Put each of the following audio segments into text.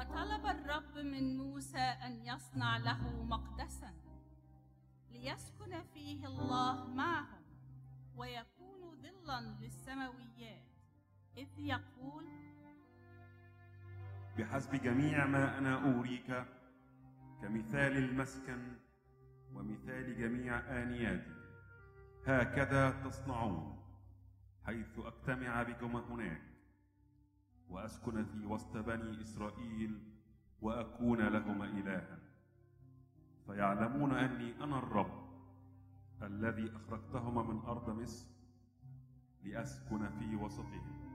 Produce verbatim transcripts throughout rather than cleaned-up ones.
وطلب الرب من موسى أن يصنع له مقدساً ليسكن فيه الله معهم ويكون ظلاً للسماويات، إذ يقول: بحسب جميع ما أنا أوريك كمثال المسكن ومثال جميع آنياته هكذا تصنعون، حيث أجتمع بكم هناك وأسكن في وسط بني إسرائيل وأكون لهم إلها، فيعلمون أني أنا الرب الذي أخرجتهم من أرض مصر لأسكن في وسطهم.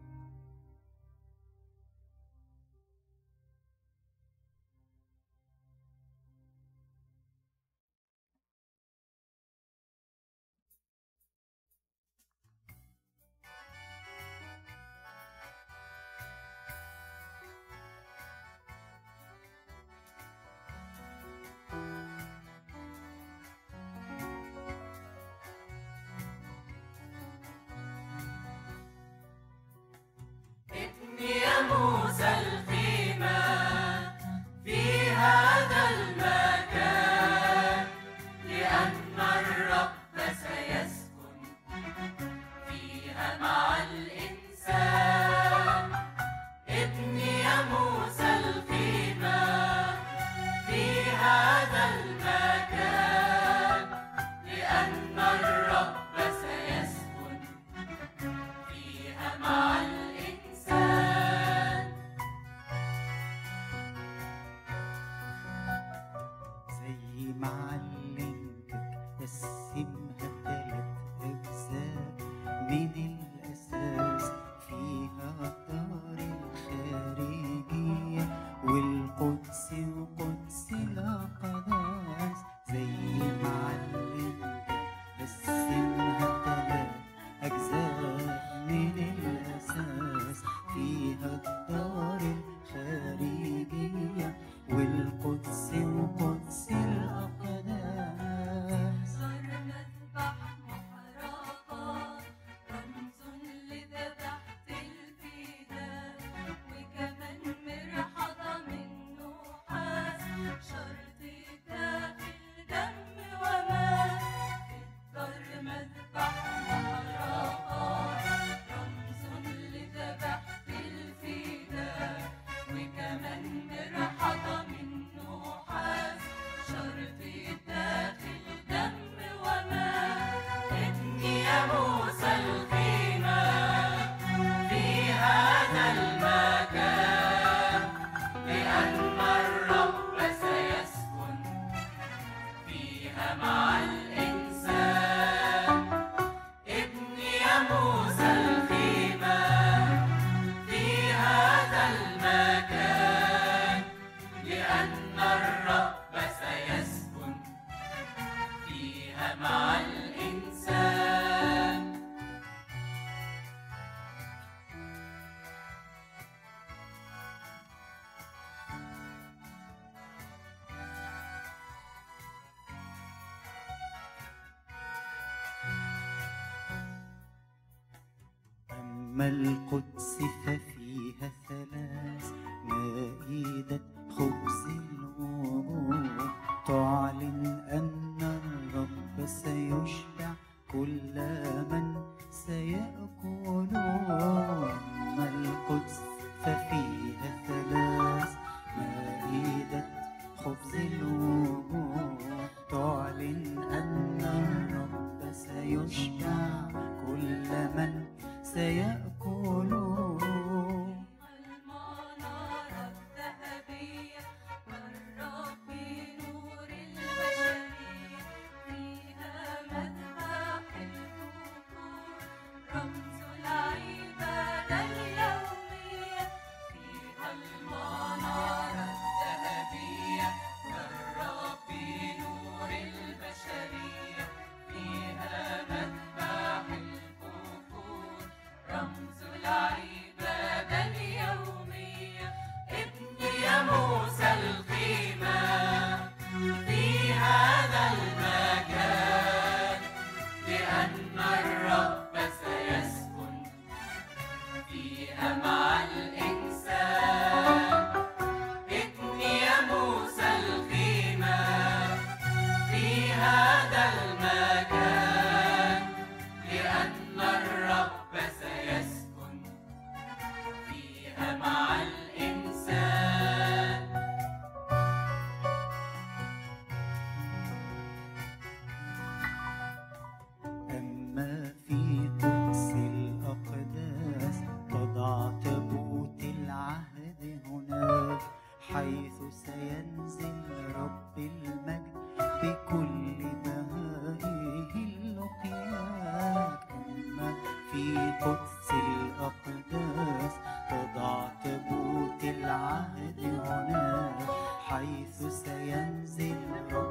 أما القدس ففيها ثلاث مائدة خبز الوجوه تعلن أن الرب سيشبع كل من سيأكل. أما القدس ففيها ثلاث مائدة خبز الوجوه تعلن أن الرب سيشبع كل من سيأكلون. المنارة الذهبية والرب نور البشرية فيها مذبح البكور رمز العبادة اليومية. فيها المنارة الذهبية والرب نور البشرية فيها مذبح البكور رمز العبادة اليومية. ابني يا موسى الخيمة في هذا المكان لأن الرب سيسكن فيها مع الإنسان. حيث سينزل رب المجد بكل بهائه اللقياك. أما في قدس الأقداس تضع تابوت العهد هناك، حيث سينزل رب